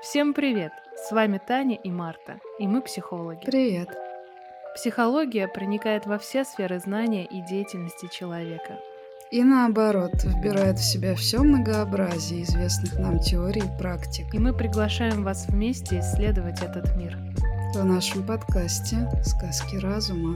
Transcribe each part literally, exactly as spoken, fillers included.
Всем привет! С вами Таня и Марта, и мы психологи. Привет. Психология проникает во все сферы знания и деятельности человека. И наоборот, вбирает в себя все многообразие известных нам теорий и практик. И мы приглашаем вас вместе исследовать этот мир. В нашем подкасте «Сказки разума».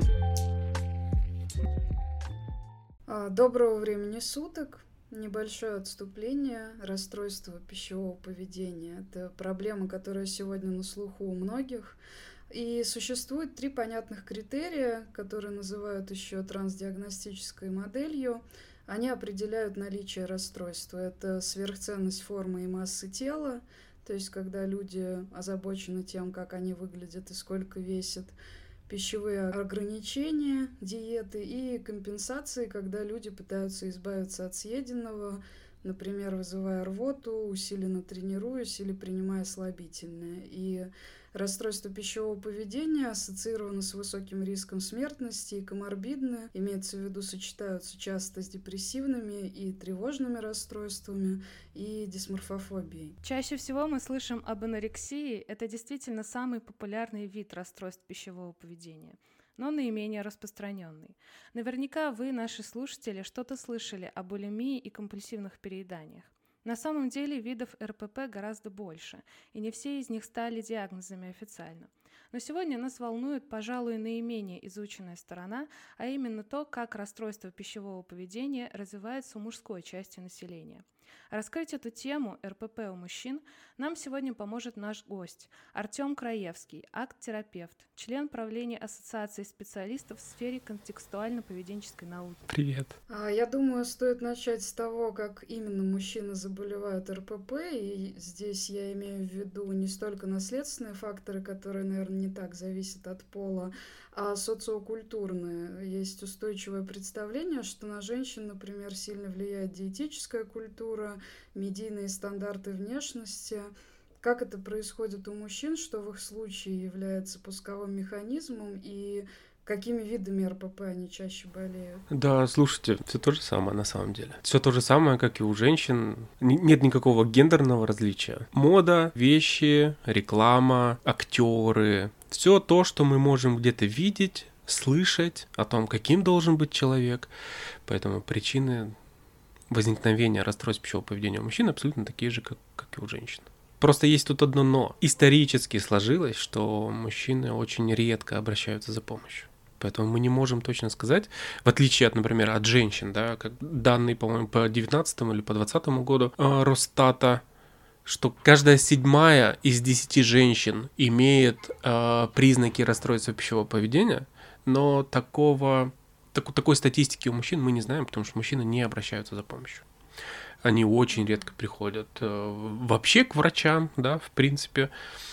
Доброго времени суток. Небольшое отступление. Расстройство пищевого поведения. Это проблема, которая сегодня на слуху у многих. И существует три понятных критерия, которые называют еще трансдиагностической моделью. Они определяют наличие расстройства. Это сверхценность формы и массы тела, то есть когда люди озабочены тем, как они выглядят и сколько весят, пищевые ограничения, диеты и компенсации, когда люди пытаются избавиться от съеденного, например, вызывая рвоту, усиленно тренируясь или принимая слабительные. И расстройство пищевого поведения ассоциировано с высоким риском смертности и коморбидны, имеется в виду, сочетаются часто с депрессивными и тревожными расстройствами и дисморфофобией. Чаще всего мы слышим об анорексии. Это действительно самый популярный вид расстройств пищевого поведения, но наименее распространенный. Наверняка вы, наши слушатели, что-то слышали о булимии и компульсивных перееданиях. На самом деле видов эр пэ пэ гораздо больше, и не все из них стали диагнозами официально. Но сегодня нас волнует, пожалуй, наименее изученная сторона, а именно то, как расстройство пищевого поведения развивается у мужской части населения. Раскрыть эту тему эр пэ пэ у мужчин нам сегодня поможет наш гость Артем Краевский, акт-терапевт, член правления Ассоциации специалистов в сфере контекстуально-поведенческой науки. Привет. Я думаю, стоит начать с того, как именно мужчины заболевают эр пэ пэ, и здесь я имею в виду не столько наследственные факторы, которые, наверное, не так зависят от пола, а социокультурные. Есть устойчивое представление, что на женщин, например, сильно влияет диетическая культура, медийные стандарты внешности. Как это происходит у мужчин, что в их случае является пусковым механизмом, и какими видами эр пэ пэ они чаще болеют? Да, слушайте, все то же самое на самом деле. Все то же самое, как и у женщин. Нет никакого гендерного различия. Мода, вещи, реклама, актеры. Все то, что мы можем где-то видеть, слышать о том, каким должен быть человек. Поэтому причины возникновения расстройств пищевого поведения у мужчин абсолютно такие же, как, как и у женщин. Просто есть тут одно но. Исторически сложилось, что мужчины очень редко обращаются за помощью. Поэтому мы не можем точно сказать, в отличие от, например, от женщин, да, как данные, по-моему, по девятнадцатому или по двадцатому году э, Росстата, что каждая седьмая из десяти женщин имеет э, признаки расстройства пищевого поведения, но такого, так, такой статистики у мужчин мы не знаем, потому что мужчины не обращаются за помощью. Они очень редко приходят э, вообще к врачам, да, в принципе,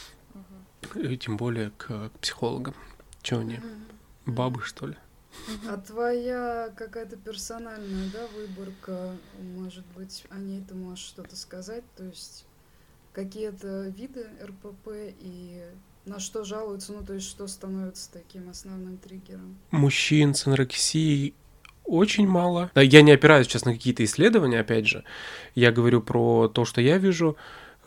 и тем более к, к психологам. Чего они? Бабы, что ли? А твоя какая-то персональная, да, выборка, может быть, о ней ты можешь что-то сказать? То есть какие-то виды эр пэ пэ и на что жалуются, ну то есть что становится таким основным триггером? Мужчин с анорексией очень мало. Я не опираюсь сейчас на какие-то исследования, опять же. Я говорю про то, что я вижу.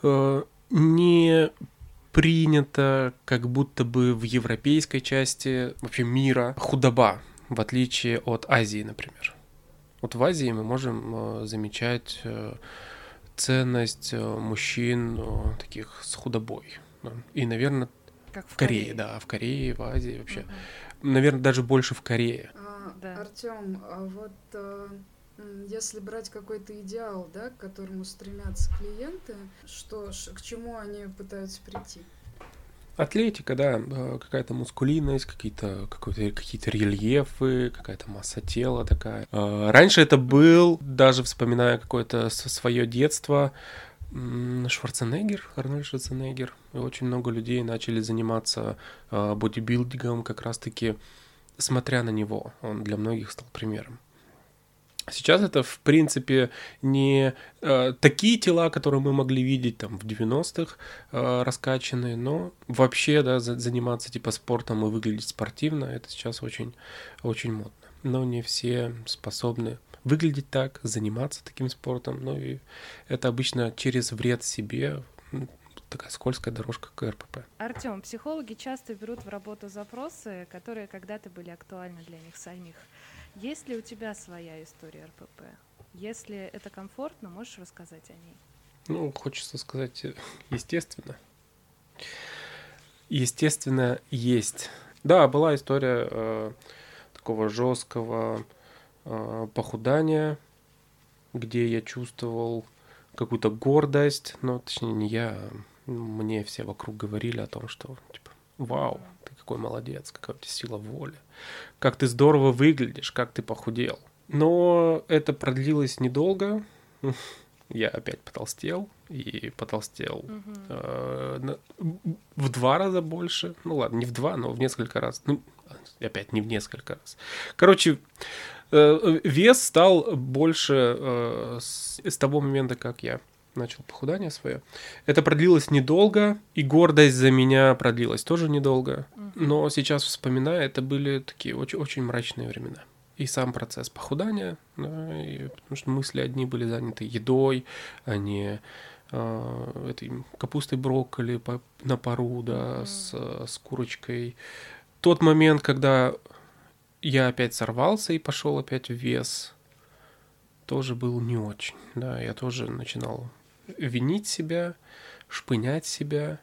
Не принято, как будто бы в европейской части вообще мира худоба, в отличие от Азии, например. Вот в Азии мы можем замечать ценность мужчин таких с худобой. И, наверное, Как в в Корее, Корее. да, в Корее, в Азии вообще. Угу. Наверное, даже больше в Корее. А, Да. Артём, а вот а, если брать какой-то идеал, да, к которому стремятся клиенты, что, к чему они пытаются прийти? Атлетика, да, какая-то мускулинность, какие-то, какие-то рельефы, какая-то масса тела такая. Раньше это был, даже вспоминая какое-то свое детство, Шварценеггер, Арнольд Шварценеггер. И очень много людей начали заниматься бодибилдингом как раз-таки, смотря на него. Он для многих стал примером. Сейчас это, в принципе, не э, такие тела, которые мы могли видеть там в девяностых, э, раскачанные, но вообще, да, за, заниматься типа спортом и выглядеть спортивно, это сейчас очень, очень модно. Но не все способны выглядеть так, заниматься таким спортом, ну и это обычно через вред себе, такая скользкая дорожка к эр пэ пэ. Артём, психологи часто берут в работу запросы, которые когда-то были актуальны для них самих. Есть ли у тебя своя история эр пэ пэ? Если это комфортно, можешь рассказать о ней? Ну, хочется сказать, естественно. Естественно, есть. Да, была история э, такого жесткого э, похудания, где я чувствовал какую-то гордость, но точнее не я, а мне все вокруг говорили о том, что типа, вау, ты какой молодец, какая у тебя сила воли, как ты здорово выглядишь, как ты похудел. Но это продлилось недолго. Я опять потолстел, и потолстел Мгм. э, на- в два раза больше. Ну ладно, не в два, но в несколько раз. Ну, опять не в несколько раз. Короче, э, вес стал больше э, с, с того момента, как я начал похудание свое. Это продлилось недолго, и гордость за меня продлилась тоже недолго. Мгм. Но сейчас, вспоминая, это были такие очень, очень мрачные времена. И сам процесс похудания, да, и, потому что мысли одни были заняты едой, а не э, этой капустой брокколи по, на пару, да, Мгм. с, с курочкой. Тот момент, когда я опять сорвался и пошел опять в вес, тоже был не очень. Да, я тоже начинал винить себя, шпынять себя.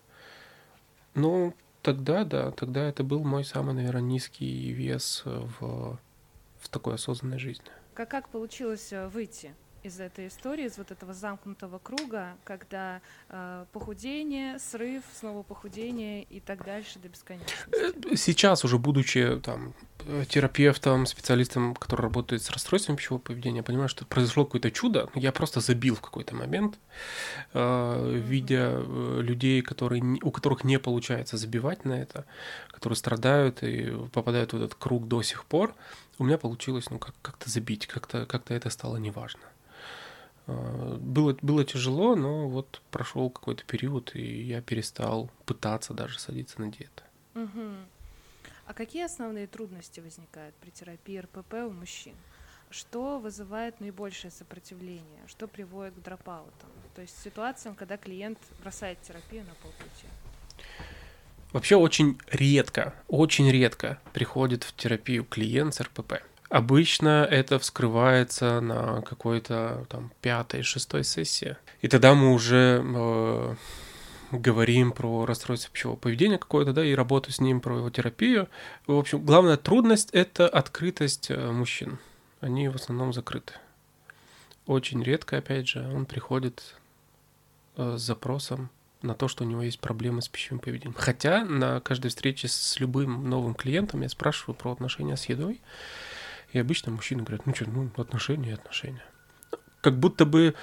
Но тогда, да, тогда это был мой самый, наверное, низкий вес в, в такой осознанной жизни. Как, как получилось э, выйти из этой истории, из вот этого замкнутого круга, когда э, похудение, срыв, снова похудение и так дальше до бесконечности? Сейчас уже, будучи там терапевтом, специалистом, который работает с расстройством пищевого поведения, я понимаю, что произошло какое-то чудо. Я просто забил в какой-то момент, э, видя э, людей, которые, не- у которых не получается забивать на это, которые страдают и попадают в этот круг до сих пор. У меня получилось, ну, как- как-то забить, как-то, как-то это стало неважно. Э, Было, было тяжело, но вот прошел какой-то период, и я перестал пытаться даже садиться на диету. Мгм. А какие основные трудности возникают при терапии эр пэ пэ у мужчин? Что вызывает наибольшее сопротивление? Что приводит к дропаутам? То есть ситуациям, когда клиент бросает терапию на полпути. Вообще очень редко, очень редко приходит в терапию клиент с эр пэ пэ. Обычно это вскрывается на какой-то там пятой, шестой сессии. И тогда мы уже э, говорим про расстройство пищевого поведения какое-то, да, и работу с ним, про его терапию. В общем, главная трудность — это открытость э, мужчин. Они в основном закрыты. Очень редко, опять же, он приходит э, с запросом на то, что у него есть проблемы с пищевым поведением. Хотя на каждой встрече с любым новым клиентом я спрашиваю про отношения с едой, и обычно мужчины говорят, ну что, ну отношения и отношения. Как будто бы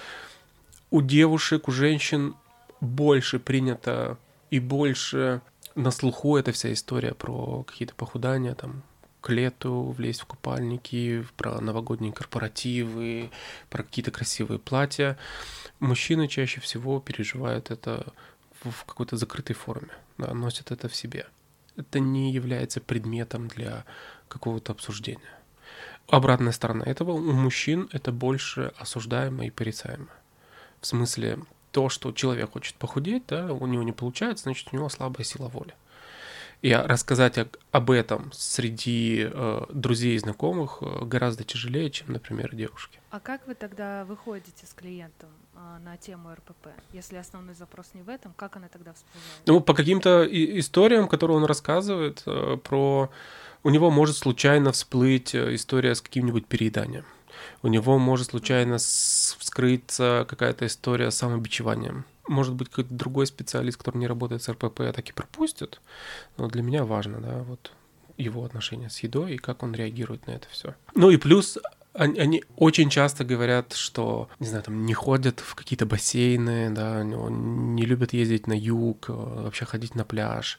у девушек, у женщин больше принято и больше на слуху эта вся история про какие-то похудания, там, к лету влезть в купальники, про новогодние корпоративы, про какие-то красивые платья. Мужчины чаще всего переживают это в в какой-то закрытой форме, да, носят это в себе. Это не является предметом для какого-то обсуждения. Обратная сторона этого, у мужчин это больше осуждаемо и порицаемо. В смысле, то, что человек хочет похудеть, да, у него не получается, значит, у него слабая сила воли. И рассказать о- об этом среди э, друзей и знакомых э, гораздо тяжелее, чем, например, девушки. А как вы тогда выходите с клиентом а, на тему эр пэ пэ? Если основной запрос не в этом, как она тогда всплывает? Ну, по каким-то и- историям, которые он рассказывает, э, про... У него может случайно всплыть э, история с каким-нибудь перееданием. У него может случайно с- вскрыться какая-то история с самобичеванием. Может быть, какой-то другой специалист, который не работает с эр пэ пэ, так и пропустит. Но для меня важно, да, вот его отношения с едой и как он реагирует на это все. Ну и плюс они, они очень часто говорят, что, не знаю, там не ходят в какие-то бассейны, да, ну, не любят ездить на юг, э, вообще ходить на пляж,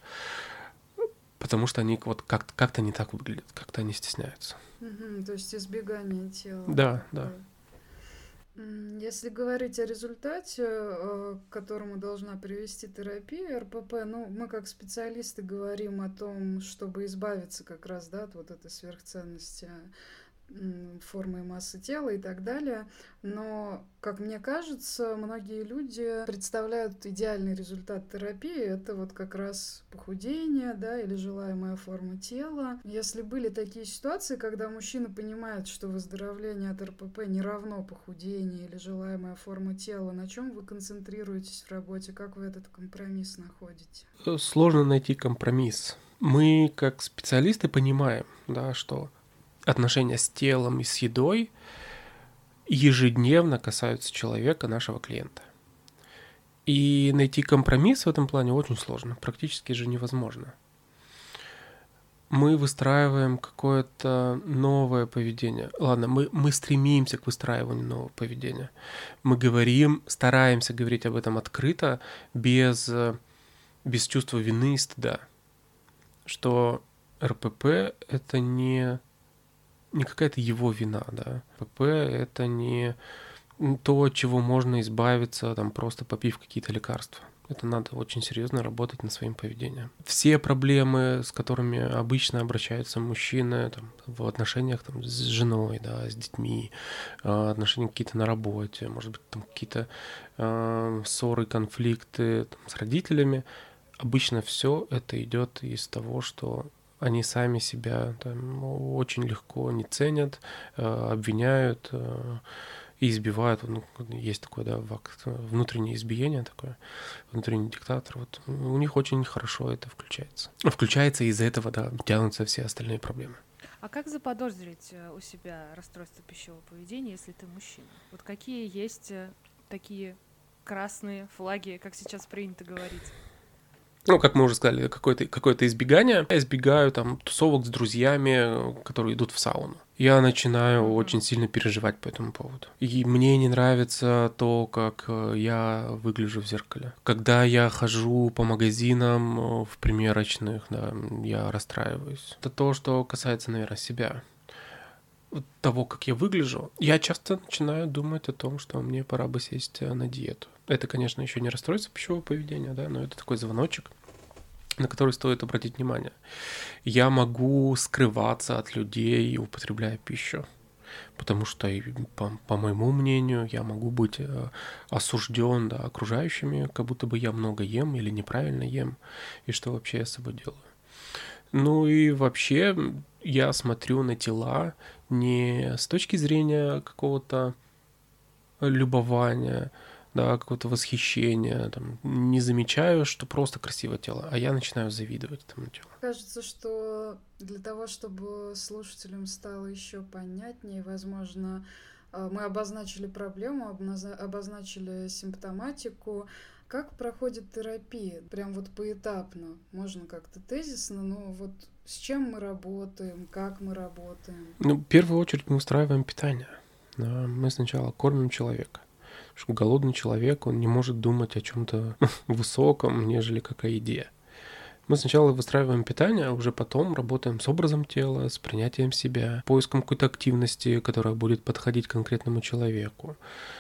потому что они вот как- как-то не так выглядят, как-то они стесняются. Мгм, то есть избегание тела. Да, да. такое. М, Если говорить о результате, э, к которому должна привести терапия эр пэ пэ, ну, мы как специалисты говорим о том, чтобы избавиться как раз, да, от вот этой сверхценности. формой массы тела и так далее. Но, как мне кажется, многие люди представляют идеальный результат терапии. Это вот как раз похудение, да, или желаемая форма тела. Если были такие ситуации, когда мужчина понимает, что выздоровление от эр пэ пэ не равно похудению или желаемая форма тела, на чем вы концентрируетесь в работе? Как вы этот компромисс находите? Сложно найти компромисс. Мы, как специалисты, понимаем, да, что отношения с телом и с едой ежедневно касаются человека, нашего клиента. И найти компромисс в этом плане очень сложно, практически же невозможно. Мы выстраиваем какое-то новое поведение. Ладно, мы, мы стремимся к выстраиванию нового поведения. Мы говорим, стараемся говорить об этом открыто, без, без чувства вины и стыда. Что эр пэ пэ — это не... не какая-то его вина, да. эр пэ пэ — это не то, от чего можно избавиться, там, просто попив какие-то лекарства. Это надо очень серьезно работать над своим поведением. Все проблемы, с которыми обычно обращаются мужчины там, в отношениях там, с женой, да, с детьми, отношения какие-то на работе, может быть, там, какие-то э, ссоры, конфликты там, с родителями, обычно все это идет из того, что они сами себя там, очень легко не ценят, э, обвиняют э, и избивают. Ну, есть такое, да, внутреннее избиение такое, внутренний диктатор. Вот. У них очень хорошо это включается. Включается, и из-за этого, да, тянутся все остальные проблемы. А как заподозрить у себя расстройство пищевого поведения, если ты мужчина? Вот какие есть такие красные флаги, как сейчас принято говорить? Ну, как мы уже сказали, какое-то, какое-то избегание. Я избегаю там тусовок с друзьями, которые идут в сауну. Я начинаю mm-hmm. очень сильно переживать по этому поводу. И мне не нравится то, как я выгляжу в зеркале. Когда я хожу по магазинам, в примерочных, да, я расстраиваюсь. Это то, что касается, наверное, себя. Того, как я выгляжу, я часто начинаю думать о том, что мне пора бы сесть на диету. Это, конечно, еще не расстройство пищевого поведения, да, но это такой звоночек, на который стоит обратить внимание. Я могу скрываться от людей, употребляя пищу, потому что, по, по моему мнению, я могу быть осужден, да, окружающими, как будто бы я много ем или неправильно ем, и что вообще я с собой делаю. Ну и вообще я смотрю на тела не с точки зрения какого-то любования, да, какого-то восхищения, там, не замечаю, что просто красивое тело, а я начинаю завидовать этому телу. Кажется, что для того, чтобы слушателям стало еще понятнее, возможно, мы обозначили проблему, обозначили симптоматику. Как проходит терапия? Прям вот поэтапно, можно как-то тезисно, но вот с чем мы работаем, как мы работаем? Ну, в первую очередь мы устраиваем питание. Да, мы сначала кормим человека. Потому что голодный человек, он не может думать о чем-то высоком, нежели как о еде. Мы сначала выстраиваем питание, а уже потом работаем с образом тела, с принятием себя, поиском какой-то активности, которая будет подходить конкретному человеку,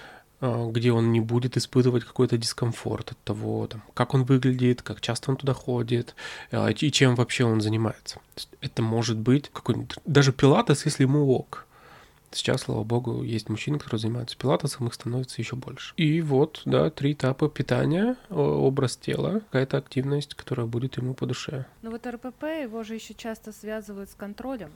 где он не будет испытывать какой-то дискомфорт от того, там, как он выглядит, как часто он туда ходит и чем вообще он занимается. Это может быть какой-нибудь даже пилатес, если ему ок. Сейчас, слава богу, есть мужчины, которые занимаются пилатесом, их становится еще больше. И вот, да, три этапа питания, образ тела, какая-то активность, которая будет ему по душе. Но вот эр пэ пэ, его же еще часто связывают с контролем.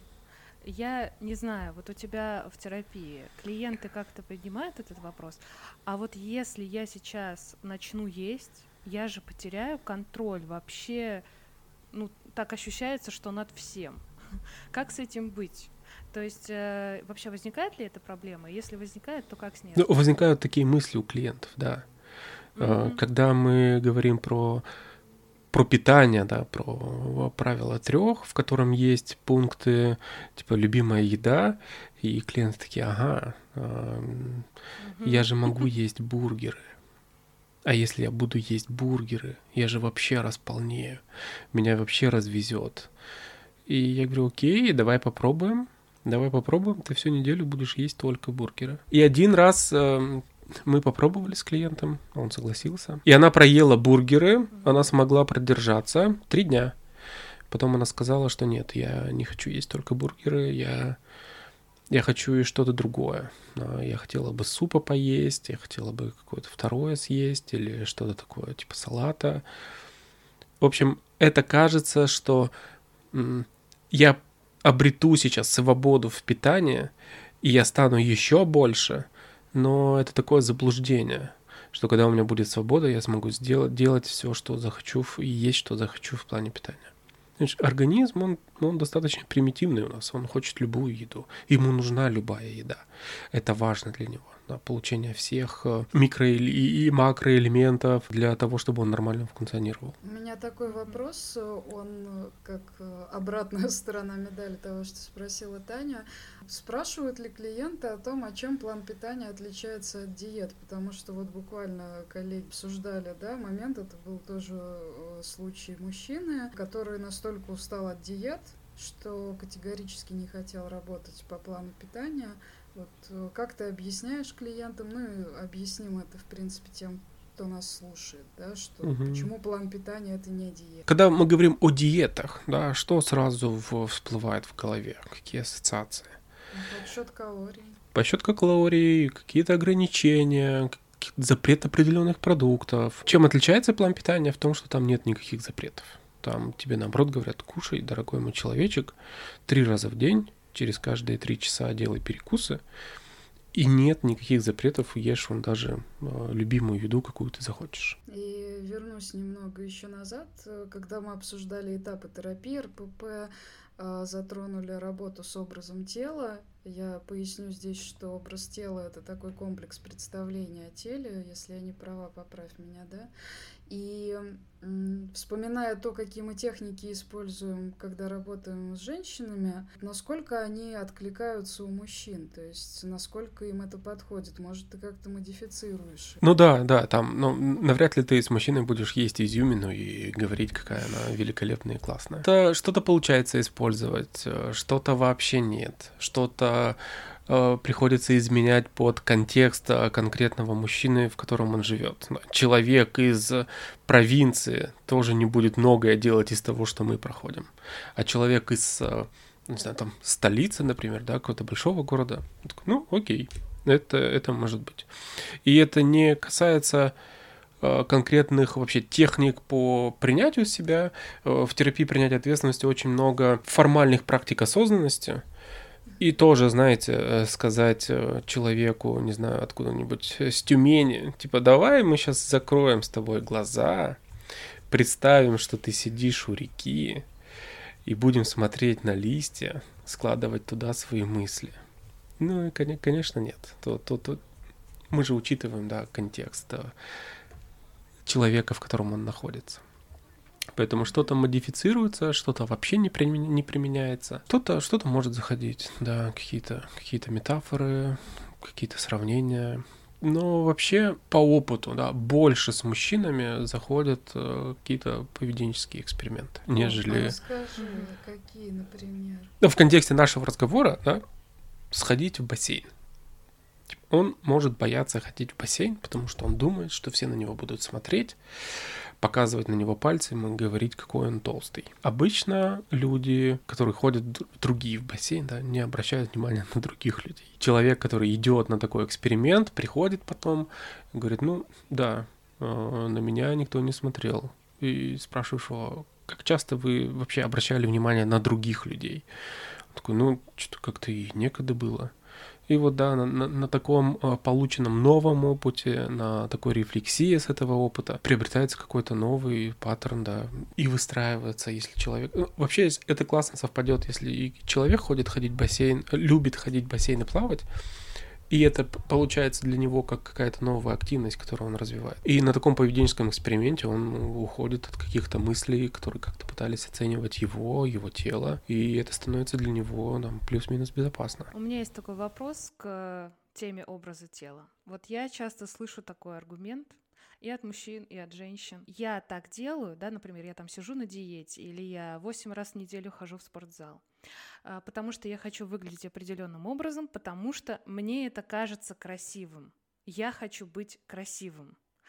Я не знаю, вот у тебя в терапии клиенты как-то поднимают этот вопрос, а вот если я сейчас начну есть, я же потеряю контроль вообще, ну, так ощущается, что над всем. Как с этим быть? То есть э, вообще возникает ли эта проблема? Если возникает, то как с ней? Ну, возникают такие мысли у клиентов, да. Mm-hmm. Когда мы говорим про, про питание, да, про правило трех, в котором есть пункты типа любимая еда, и клиенты такие, ага, э, mm-hmm. я же могу есть бургеры. А если я буду есть бургеры, я же вообще располнею, меня вообще развезет. И я говорю, окей, давай попробуем. Давай попробуем, ты всю неделю будешь есть только бургеры. И один раз э, мы попробовали с клиентом, он согласился. И она проела бургеры, она смогла продержаться три дня. Потом она сказала, что нет, я не хочу есть только бургеры, я Я хочу и что-то другое. Я хотела бы супа поесть, я хотела бы какое-то второе съесть или что-то такое, типа салата. В общем, это кажется, что я обрету сейчас свободу в питании, и я стану еще больше, но это такое заблуждение, что когда у меня будет свобода, я смогу сделать, делать все, что захочу, и есть, что захочу в плане питания. Значит, организм, он, он достаточно примитивный у нас, он хочет любую еду, ему нужна любая еда, это важно для него, да, получение всех микро- и макроэлементов для того, чтобы он нормально функционировал. У меня такой вопрос, он как обратная сторона медали того, что спросила Таня. Спрашивают ли клиенты о том, о чем план питания отличается от диет? Потому что вот буквально коллеги обсуждали, да, момент, это был тоже случай мужчины, который настолько устал от диет, что категорически не хотел работать по плану питания. Вот как ты объясняешь клиентам, ну и объясним это, в принципе, тем, кто нас слушает, да, что угу. почему план питания это не диета. Когда мы говорим о диетах, да, что сразу в, всплывает в голове, какие ассоциации? Подсчет калорий. Подсчет калорий, какие-то ограничения, запрет определенных продуктов. Чем отличается план питания? В том, что там нет никаких запретов. Там тебе наоборот говорят: кушай, дорогой мой человечек, три раза в день, через каждые три часа делай перекусы. И нет никаких запретов, ешь он даже э, любимую еду, какую ты захочешь. И вернусь немного еще назад, когда мы обсуждали этапы терапии эр пэ пэ, э, затронули работу с образом тела. Я поясню здесь, что образ тела — это такой комплекс представления о теле, если я не права, поправь меня, да. И м, вспоминая то, какие мы техники используем, когда работаем с женщинами, насколько они откликаются у мужчин, то есть насколько им это подходит, может, ты как-то модифицируешь. Ну да, да, там, ну, навряд ли ты с мужчиной будешь есть изюмину и говорить, какая она великолепная и классная. Это что-то получается использовать, что-то вообще нет, что-то приходится изменять под контекст конкретного мужчины, в котором он живет. Человек из провинции тоже не будет многое делать из того, что мы проходим. А человек из, не знаю, там, столицы, например, да, какого-то большого города, такой, ну, окей, это, это может быть. И это не касается конкретных вообще техник по принятию себя. В терапии принятия ответственности очень много формальных практик осознанности. И тоже, знаете, сказать человеку, не знаю, откуда-нибудь с Тюмени, типа, давай мы сейчас закроем с тобой глаза, представим, что ты сидишь у реки, и будем смотреть на листья, складывать туда свои мысли. Ну, и, конечно, нет. То, то, то... Мы же учитываем, да, контекст человека, в котором он находится. Поэтому что-то модифицируется, что-то вообще не, применя... не применяется. Что-то, что-то может заходить, да, какие-то, какие-то метафоры, какие-то сравнения. Но вообще по опыту, да, больше с мужчинами заходят э, какие-то поведенческие эксперименты, О, нежели... Расскажи, какие, например? Ну, в контексте нашего разговора, да, сходить в бассейн. Он может бояться ходить в бассейн, потому что он думает, что все на него будут смотреть, показывать на него пальцем и говорить, какой он толстый. Обычно люди, которые ходят другие в бассейн, да, не обращают внимания на других людей. Человек, который идет на такой эксперимент, приходит потом и говорит: ну да, на меня никто не смотрел. И спрашиваешь его: как часто вы вообще обращали внимание на других людей? Он такой: ну, что-то как-то и некогда было. И вот, да, на, на, на таком а, полученном новом опыте, на такой рефлексии с этого опыта приобретается какой-то новый паттерн, да, и выстраивается, если человек... Ну, вообще, это классно совпадет, если и человек ходит ходить в бассейн, любит ходить в бассейн и плавать, и это получается для него как какая-то новая активность, которую он развивает. И на таком поведенческом эксперименте он уходит от каких-то мыслей, которые как-то пытались оценивать его, его тело, и это становится для него там, плюс-минус безопасно. У меня есть такой вопрос к теме образа тела. Вот я часто слышу такой аргумент и от мужчин, и от женщин. Я так делаю, да, например, я там сижу на диете, или я восемь раз в неделю хожу в спортзал, потому что я хочу выглядеть определенным образом, потому что мне это кажется красивым. Я хочу быть красивым.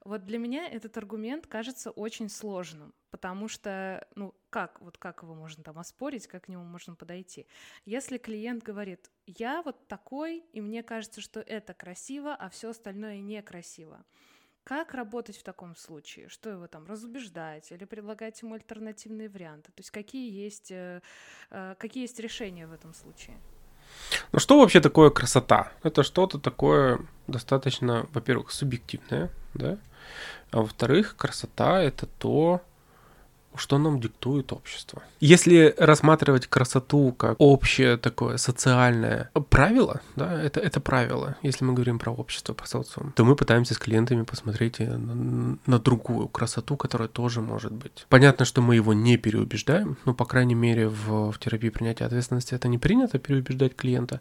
Вот для меня этот аргумент кажется очень сложным, потому что, ну, как, вот как его можно там оспорить, как к нему можно подойти? Если клиент говорит, я вот такой, и мне кажется, что это красиво, а все остальное некрасиво. Как работать в таком случае? Что его там разубеждать или предлагать ему альтернативные варианты? То есть какие есть, э, э, какие есть решения в этом случае? Ну что вообще такое красота? Это что-то такое достаточно, во-первых, субъективное, да? А во-вторых, красота — это то, что нам диктует общество. Если рассматривать красоту как общее такое социальное правило, да, это, это правило, если мы говорим про общество, про социум, то мы пытаемся с клиентами посмотреть на, на другую красоту, которая тоже может быть. Понятно, что мы его не переубеждаем, но, по крайней мере, в, в терапии принятия ответственности это не принято переубеждать клиента,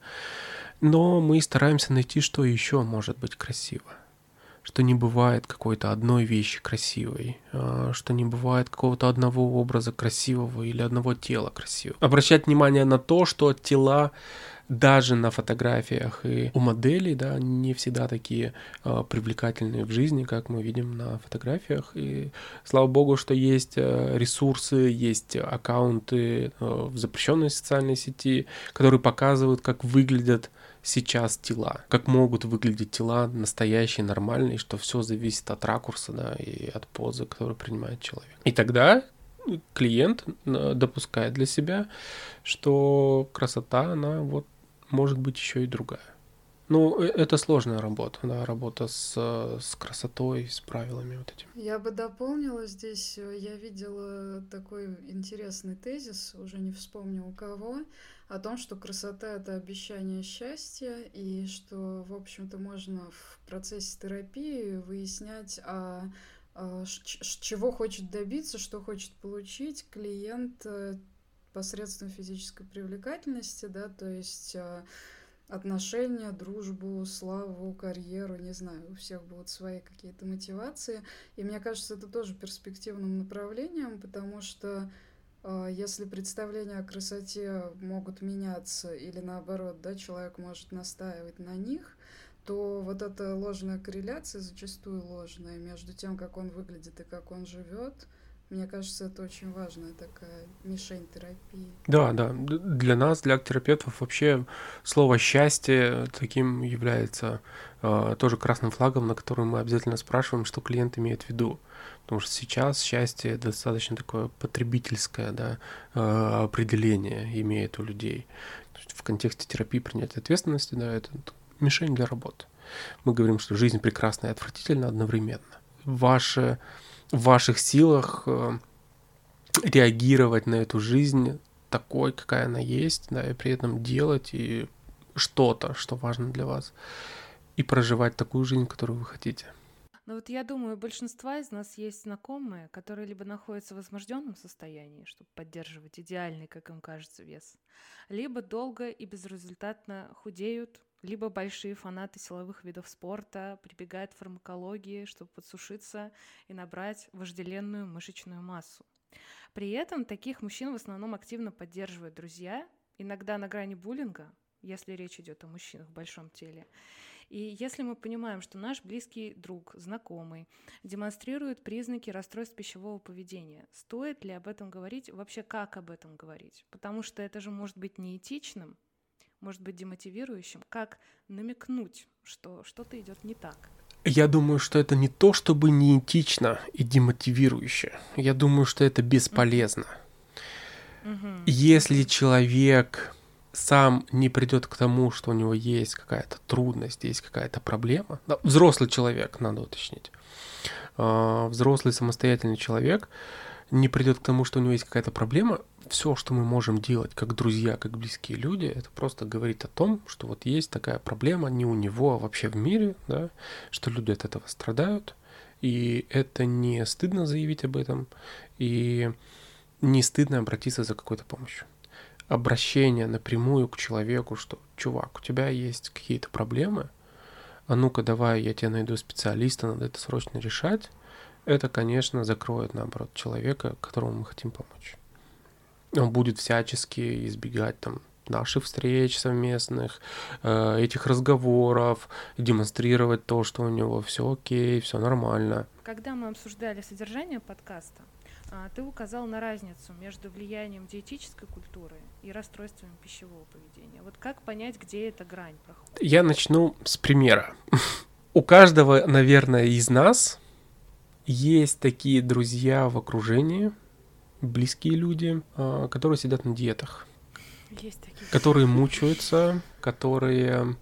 но мы стараемся найти, что еще может быть красиво. Что не бывает какой-то одной вещи красивой, что не бывает какого-то одного образа красивого или одного тела красивого. Обращать внимание на то, что тела даже на фотографиях и у моделей, да, не всегда такие э, привлекательные в жизни, как мы видим на фотографиях. И слава богу, что есть э, ресурсы, есть аккаунты э, в запрещенной социальной сети, которые показывают, как выглядят сейчас тела, как могут выглядеть тела настоящие, нормальные, что все зависит от ракурса, да, и от позы, которую принимает человек. И тогда клиент допускает для себя, что красота, она вот может быть еще и другая. Ну, это сложная работа, да, работа с, с красотой, с правилами вот этими. Я бы дополнила здесь, я видела такой интересный тезис, уже не вспомню у кого, о том, что красота — это обещание счастья, и что, в общем-то, можно в процессе терапии выяснять, а, а, чего хочет добиться, что хочет получить клиент посредством физической привлекательности, да, то есть отношения, дружбу, славу, карьеру, не знаю, у всех будут свои какие-то мотивации. И мне кажется, это тоже перспективным направлением, потому что э, если представления о красоте могут меняться или наоборот, да, человек может настаивать на них, то вот эта ложная корреляция, зачастую ложная, между тем, как он выглядит и как он живет, мне кажется, это очень важная такая мишень терапии. Да, да. Для нас, для терапевтов, вообще слово «счастье» таким является э, тоже красным флагом, на котором мы обязательно спрашиваем, что клиент имеет в виду. Потому что сейчас счастье достаточно такое потребительское, да, э, определение имеет у людей. То есть в контексте терапии принятия ответственности, да, это мишень для работы. Мы говорим, что жизнь прекрасна и отвратительна одновременно. Ваше... в ваших силах э, реагировать на эту жизнь такой, какая она есть, да, и при этом делать и что-то, что важно для вас, и проживать такую жизнь, которую вы хотите. Ну вот я думаю, у большинства из нас есть знакомые, которые либо находятся в возбужденном состоянии, чтобы поддерживать идеальный, как им кажется, вес, либо долго и безрезультатно худеют, либо большие фанаты силовых видов спорта прибегают к фармакологии, чтобы подсушиться и набрать вожделенную мышечную массу. При этом таких мужчин в основном активно поддерживают друзья, иногда на грани буллинга, если речь идет о мужчинах в большом теле. И если мы понимаем, что наш близкий друг, знакомый демонстрирует признаки расстройств пищевого поведения, стоит ли об этом говорить, вообще как об этом говорить? Потому что это же может быть неэтичным, может быть демотивирующим. Как намекнуть, что что-то идет не так? Я думаю, что это не то, чтобы неэтично и демотивирующе. Я думаю, что это бесполезно. Mm-hmm. Если человек сам не придет к тому, что у него есть какая-то трудность, есть какая-то проблема. Да, взрослый человек, надо уточнить. Взрослый самостоятельный человек не придет к тому, что у него есть какая-то проблема. Все, что мы можем делать как друзья, как близкие люди, это просто говорить о том, что вот есть такая проблема не у него, а вообще в мире, да, что люди от этого страдают. И это не стыдно заявить об этом, и не стыдно обратиться за какой-то помощью. Обращение напрямую к человеку, что, чувак, у тебя есть какие-то проблемы, а ну-ка давай я тебе найду специалиста, надо это срочно решать, это, конечно, закроет, наоборот, человека, которому мы хотим помочь. Он будет всячески избегать там наших встреч совместных, этих разговоров, демонстрировать то, что у него все окей, все нормально. Когда мы обсуждали содержание подкаста, ты указал на разницу между влиянием диетической культуры и расстройствами пищевого поведения. Вот как понять, где эта грань проходит? Я начну с примера. У каждого, наверное, из нас есть такие друзья в окружении, близкие люди, которые сидят на диетах. Есть такие. Которые мучаются, которые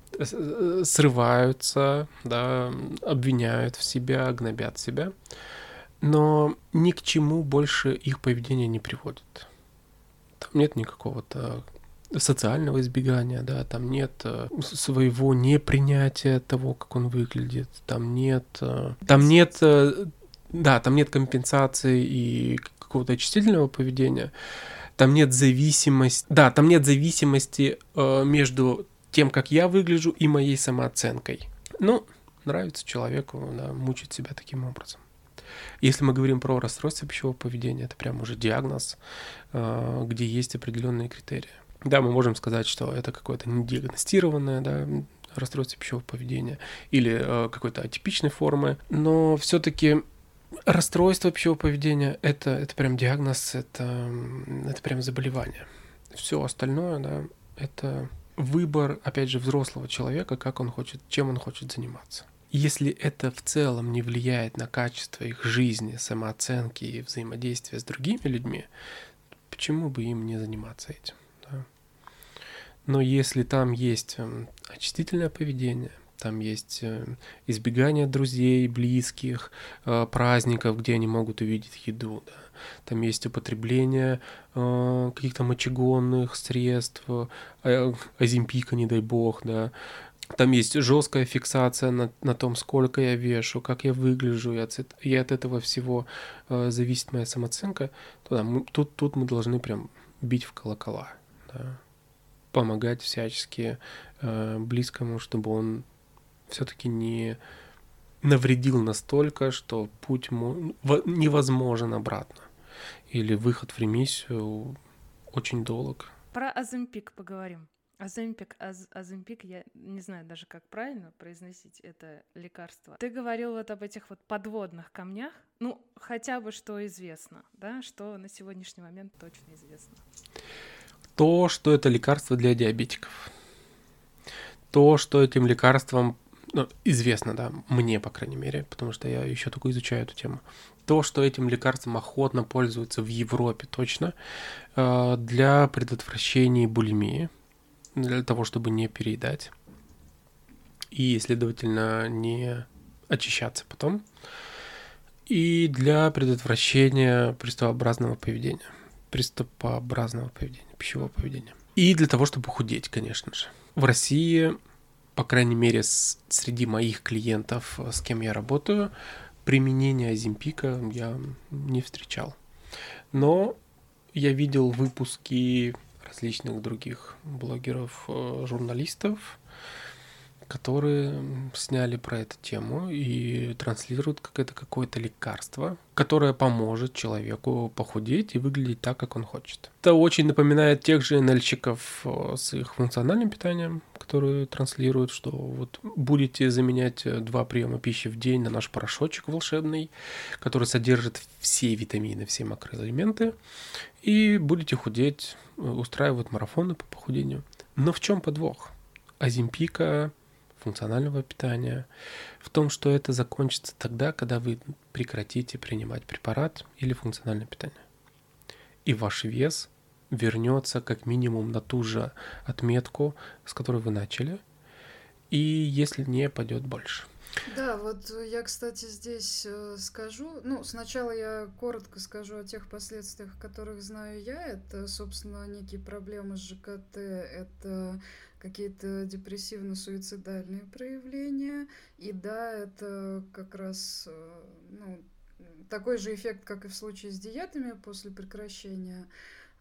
срываются, да, обвиняют в себя, гнобят себя, но ни к чему больше их поведение не приводит. Там нет никакого-то социального избегания, да, там нет своего непринятия того, как он выглядит, там нет, там нет, да, там нет компенсации и какого-то очистительного поведения. Там нет зависимости, да, там нет зависимости э, между тем, как я выгляжу, и моей самооценкой. Ну, нравится человеку, да, мучить себя таким образом. Если мы говорим про расстройство пищевого поведения, это прям уже диагноз, э, где есть определенные критерии. Да, мы можем сказать, что это какое-то недиагностированное, да, расстройство пищевого поведения или э, какой-то атипичной формы, но все-таки расстройство пищевого поведения это, это прям диагноз, это, это прям заболевание. Все остальное, да, это выбор, опять же, взрослого человека, как он хочет, чем он хочет заниматься. Если это в целом не влияет на качество их жизни, самооценки и взаимодействия с другими людьми, почему бы им не заниматься этим? Да? Но если там есть очистительное поведение, там есть избегание друзей, близких, праздников, где они могут увидеть еду. Да. Там есть употребление каких-то мочегонных средств, оземпика, не дай бог. Да. Там есть жесткая фиксация на, на том, сколько я вешу, как я выгляжу, и от, и от этого всего зависит моя самооценка. То, да, мы, тут, тут мы должны прям бить в колокола. Да. Помогать всячески близкому, чтобы он все-таки не навредил настолько, что путь невозможен обратно. Или выход в ремиссию очень долг. Про Оземпик поговорим. Оземпик, Аз, Оземпик, я не знаю даже, как правильно произносить это лекарство. Ты говорил вот об этих вот подводных камнях, ну, хотя бы что известно, да, что на сегодняшний момент точно известно. То, что это лекарство для диабетиков. То, что этим лекарством ну, известно, да, мне, по крайней мере, потому что я еще только изучаю эту тему. То, что этим лекарством охотно пользуются в Европе точно, для предотвращения булимии, для того, чтобы не переедать и, следовательно, не очищаться потом, и для предотвращения приступообразного поведения, приступообразного поведения, пищевого поведения. И для того, чтобы худеть, конечно же. В России, по крайней мере, с, среди моих клиентов, с кем я работаю, применения Оземпика я не встречал. Но я видел выпуски различных других блогеров, журналистов, которые сняли про эту тему и транслируют как это какое-то лекарство, которое поможет человеку похудеть и выглядеть так, как он хочет. Это очень напоминает тех же эн эльщиков с их функциональным питанием, которые транслируют, что вот будете заменять два приема пищи в день на наш порошочек волшебный, который содержит все витамины, все макроэлементы, и будете худеть, устраивают марафоны по похудению. Но в чем подвох? Оземпика, функционального питания, в том, что это закончится тогда, когда вы прекратите принимать препарат или функциональное питание. И ваш вес вернется как минимум на ту же отметку, с которой вы начали, и если не, пойдет больше. Да, вот я, кстати, здесь э, скажу, ну, сначала я коротко скажу о тех последствиях, которых знаю я. Это, собственно, некие проблемы с жэ ка тэ, это какие-то депрессивно-суицидальные проявления. И да, это как раз, ну, такой же эффект, как и в случае с диетами после прекращения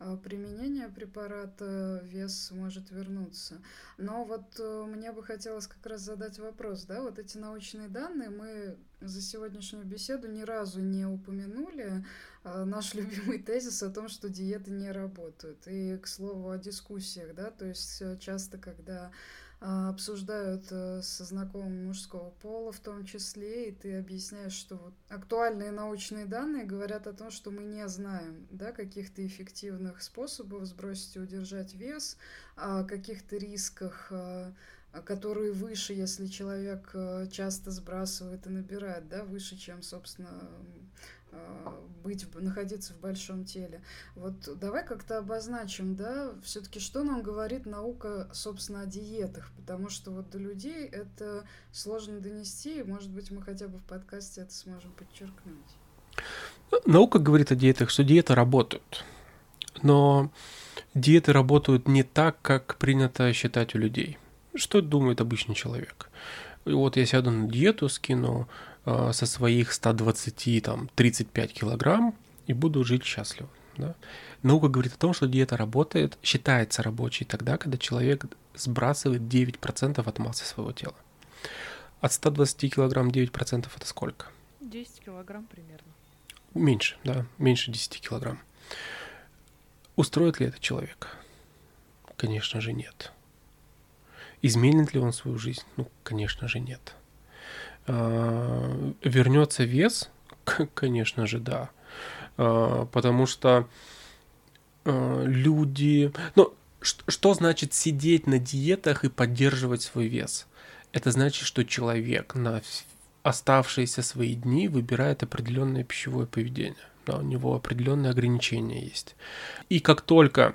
применения препарата вес может вернуться. Но вот мне бы хотелось как раз задать вопрос, да, вот эти научные данные мы за сегодняшнюю беседу ни разу не упомянули наш любимый тезис о том, что диеты не работают. И, к слову, о дискуссиях, да, то есть часто, когда обсуждают со знакомыми мужского пола в том числе, и ты объясняешь, что вот актуальные научные данные говорят о том, что мы не знаем, да, каких-то эффективных способов сбросить и удержать вес, о каких-то рисках, которые выше, если человек часто сбрасывает и набирает, да, выше, чем, собственно, быть, находиться в большом теле. Вот давай как-то обозначим, да, все-таки что нам говорит наука, собственно, о диетах, потому что вот до людей это сложно донести, и, может быть, мы хотя бы в подкасте это сможем подчеркнуть. Наука говорит о диетах, что диеты работают, но диеты работают не так, как принято считать у людей. Что думает обычный человек? И вот я сяду на диету, скину э, со своих ста двадцати, там, тридцать пять килограмм и буду жить счастливо. Да? Наука говорит о том, что диета работает, считается рабочей тогда, когда человек сбрасывает девять процентов от массы своего тела. От ста двадцати килограмм девять процентов это сколько? десять килограмм примерно. Меньше, да, меньше десяти килограмм. Устроит ли это человека? Конечно же, нет. Изменит ли он свою жизнь? Ну, конечно же, нет. Вернется вес? Конечно же, да. Потому что люди... Ну, что значит сидеть на диетах и поддерживать свой вес? Это значит, что человек на оставшиеся свои дни выбирает определенное пищевое поведение. Да, у него определенные ограничения есть. И как только...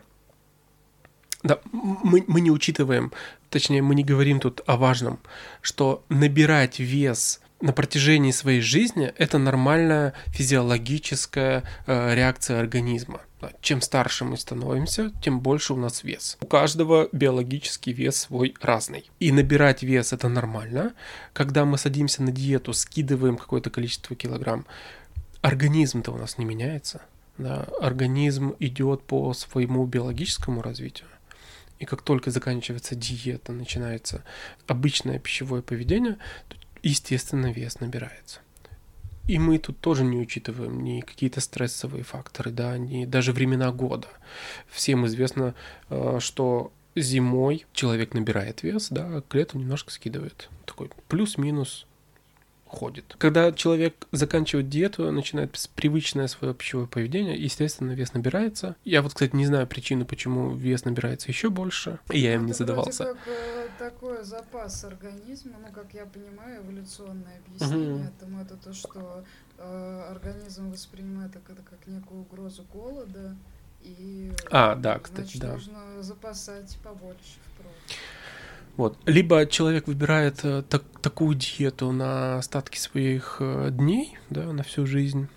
Да, мы, мы не учитываем, точнее, мы не говорим тут о важном, что набирать вес на протяжении своей жизни – это нормальная физиологическая э, реакция организма. Да, чем старше мы становимся, тем больше у нас вес. У каждого биологический вес свой разный. И набирать вес – это нормально. Когда мы садимся на диету, скидываем какое-то количество килограмм, организм-то у нас не меняется. Да? Организм идет по своему биологическому развитию. И как только заканчивается диета, начинается обычное пищевое поведение, то, естественно, вес набирается. И мы тут тоже не учитываем ни какие-то стрессовые факторы, да, ни даже времена года. Всем известно, что зимой человек набирает вес, да, а к лету немножко скидывает. Такой плюс-минус ходит. Когда человек заканчивает диету, начинает привычное свое пищевое поведение, естественно, вес набирается. Я вот, кстати, не знаю причины, почему вес набирается еще больше. И я им не задавался. Это как э, такой запас организма, ну, как я понимаю, эволюционное объяснение uh-huh. этому, это то, что э, организм воспринимает это как некую угрозу голода, и а, да, кстати, значит, да. нужно запасать побольше впрочем. Вот. Либо человек выбирает э, так, такую диету на остатки своих э, дней, да, на всю жизнь,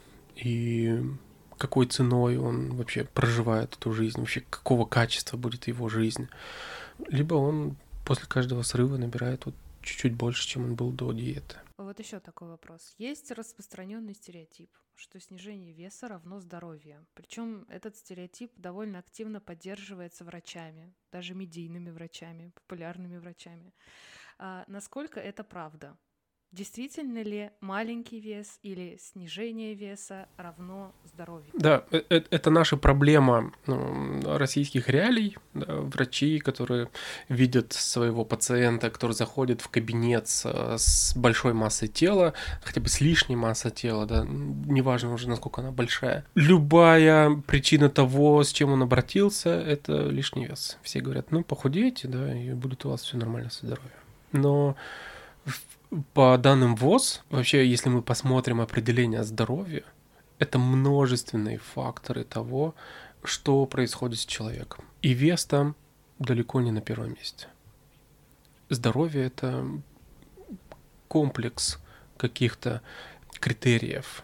и какой ценой он вообще проживает эту жизнь, вообще какого качества будет его жизнь. Либо он после каждого срыва набирает вот чуть-чуть больше, чем он был до диеты. Вот еще такой вопрос. Есть распространенный стереотип, что снижение веса равно здоровью. Причем этот стереотип довольно активно поддерживается врачами, даже медийными врачами, популярными врачами. А насколько это правда? Действительно ли маленький вес или снижение веса равно здоровью? Да, это наша проблема российских реалий. Да, врачи, которые видят своего пациента, который заходит в кабинет с, с большой массой тела, хотя бы с лишней массой тела, да, неважно уже, насколько она большая. Любая причина того, с чем он обратился, это лишний вес. Все говорят, ну, похудеете, да, и будет у вас все нормально со здоровьем. Но по данным ВОЗ, вообще, если мы посмотрим определение здоровья, это множественные факторы того, что происходит с человеком. И вес там далеко не на первом месте. Здоровье — это комплекс каких-то критериев,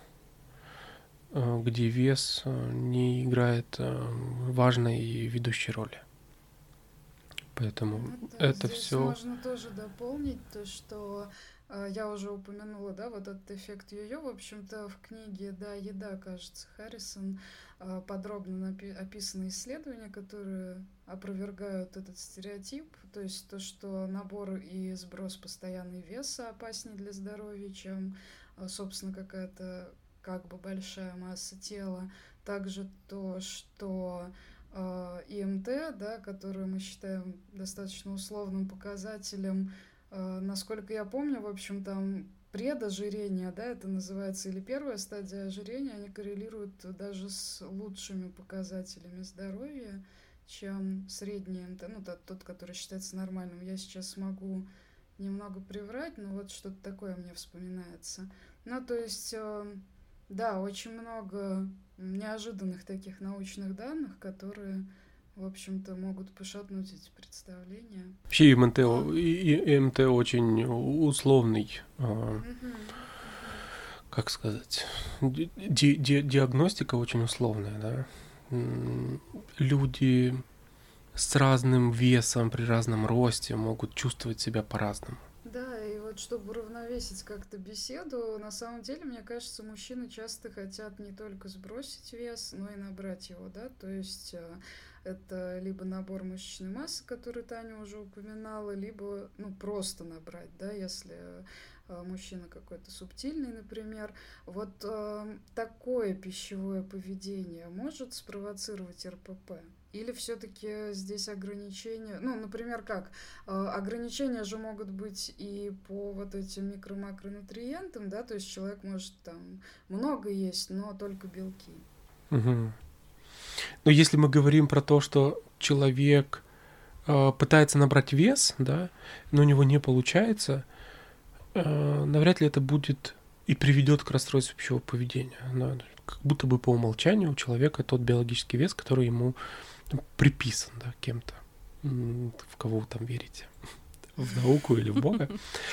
где вес не играет важной и ведущей роли. Поэтому это, это здесь все. Можно тоже дополнить то, что Я уже упомянула, да, вот этот эффект йо-йо. В общем-то, в книге «Да, еда», кажется, Харрисон подробно напи- описаны исследования, которые опровергают этот стереотип. То есть то, что набор и сброс постоянной веса опаснее для здоровья, чем, собственно, какая-то как бы большая масса тела. Также то, что э, ИМТ, да, которую мы считаем достаточно условным показателем, э, насколько я помню, в общем, там предожирение, да, это называется, или первая стадия ожирения, они коррелируют даже с лучшими показателями здоровья, чем средний МТ, ну, тот, тот, который считается нормальным. Я сейчас могу немного приврать, но вот что-то такое мне вспоминается. Ну, то есть, э, да, очень много неожиданных таких научных данных, которые, в общем-то, могут пошатнуть эти представления. Вообще ИМТ, ИМТ очень условный, э, как сказать, ди- ди- диагностика очень условная, да. Люди с разным весом, при разном росте могут чувствовать себя по-разному. Да, и вот чтобы уравновесить как-то беседу, на самом деле, мне кажется, мужчины часто хотят не только сбросить вес, но и набрать его, да, то есть это либо набор мышечной массы, который Таня уже упоминала, либо, ну, просто набрать, да, если мужчина какой-то субтильный, например. Вот э, такое пищевое поведение может спровоцировать эр пэ пэ? Или все-таки здесь ограничения, ну, например, как? Э, ограничения же могут быть и по вот этим микро-макронутриентам, да, то есть человек может там много есть, но только белки. Угу. Но если мы говорим про то, что человек э, пытается набрать вес, да, но у него не получается, э, навряд ли это будет и приведет к расстройству пищевого поведения. Да. Как будто бы по умолчанию у человека тот биологический вес, который ему приписан, да, кем-то. В кого вы там верите? В науку или в Бога?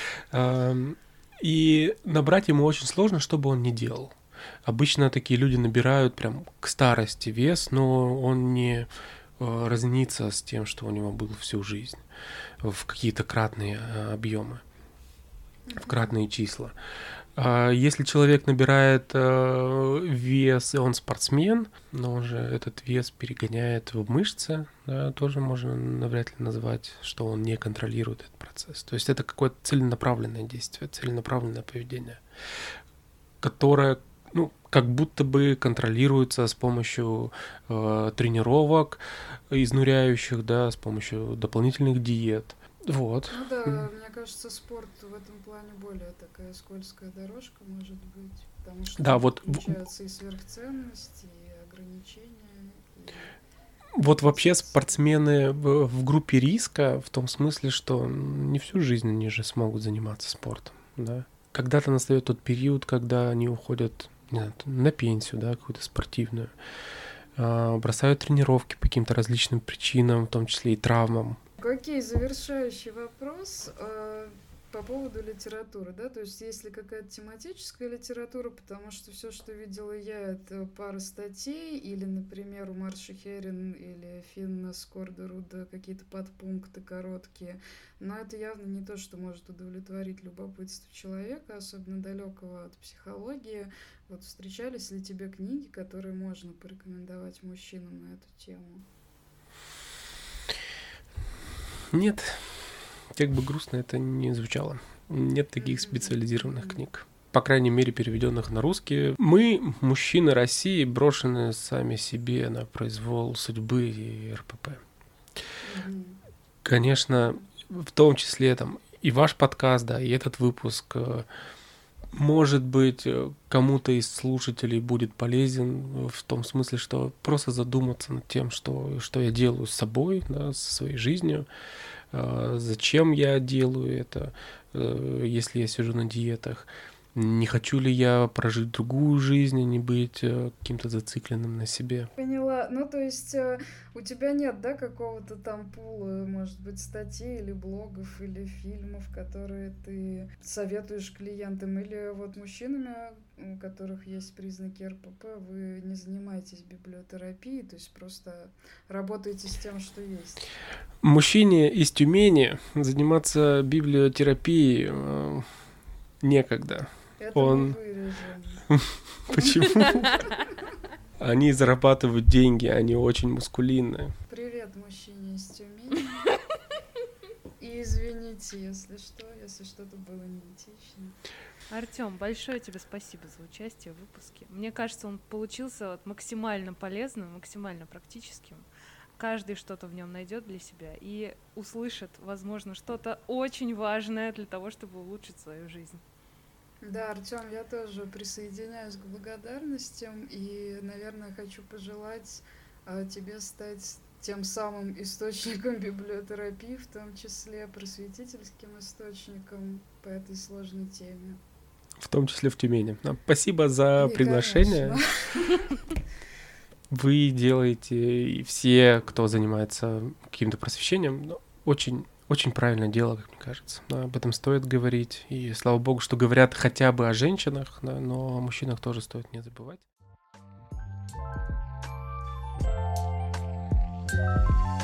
И набрать ему очень сложно, что бы он ни делал. Обычно такие люди набирают прям к старости вес, но он не разнится с тем, что у него было всю жизнь, в какие-то кратные объемы, в кратные числа. Если человек набирает вес, и он спортсмен, но он же этот вес перегоняет в мышцы, да, тоже можно навряд ли назвать, что он не контролирует этот процесс. То есть это какое-то целенаправленное действие, целенаправленное поведение, которое, ну, как будто бы контролируется с помощью э, тренировок изнуряющих, да, с помощью дополнительных диет. Вот. Ну да, мне кажется, спорт в этом плане более такая скользкая дорожка может быть, потому что да, вот включаются и сверхценности, и ограничения. И... Вот вообще спортсмены в, в группе риска в том смысле, что не всю жизнь они же смогут заниматься спортом, да. Когда-то настает тот период, когда они уходят, не знаю, на пенсию, да, какую-то спортивную, бросают тренировки по каким-то различным причинам, в том числе и травмам. Окей, завершающий вопрос э, по поводу литературы, да, то есть есть ли какая-то тематическая литература, потому что все, что видела я, это пара статей, или, например, у Марши Херин или Финна Скордеруда какие-то подпункты короткие, но это явно не то, что может удовлетворить любопытство человека, особенно далекого от психологии. Вот встречались ли тебе книги, которые можно порекомендовать мужчинам на эту тему? Нет, как бы грустно это не звучало. Нет таких специализированных книг. По крайней мере, переведенных на русский. Мы, мужчины России, брошены сами себе на произвол судьбы и эр пэ пэ. Конечно, в том числе там и ваш подкаст, да, и этот выпуск, может быть, кому-то из слушателей будет полезен в том смысле, что просто задуматься над тем, что, что я делаю с собой, да, со своей жизнью, зачем я делаю это, если я сижу на диетах, не хочу ли я прожить другую жизнь, а не быть каким-то зацикленным на себе. Поняла. Ну, то есть у тебя нет, да, какого-то там пула, может быть, статей или блогов, или фильмов, которые ты советуешь клиентам, или вот мужчинами, у которых есть признаки эр пэ пэ, вы не занимаетесь библиотерапией, то есть просто работаете с тем, что есть? Мужчине из Тюмени заниматься библиотерапией некогда. Это Он... мы вырежем. Почему? Они зарабатывают деньги, они очень мускулинные. Привет, мужчине из Тюмени. И извините, если что, если что-то было неэтично. Артём, большое тебе спасибо за участие в выпуске. Мне кажется, он получился вот максимально полезным, максимально практическим. Каждый что-то в нем найдет для себя и услышит, возможно, что-то очень важное для того, чтобы улучшить свою жизнь. Да, Артём, я тоже присоединяюсь к благодарностям и, наверное, хочу пожелать э, тебе стать тем самым источником библиотерапии, в том числе просветительским источником по этой сложной теме. В том числе в Тюмени. Спасибо за И, приглашение. Вы делаете, и все, кто занимается каким-то просвещением, очень, очень правильное дело, как мне кажется. Да, об этом стоит говорить. И слава богу, что говорят хотя бы о женщинах, да, но о мужчинах тоже стоит не забывать.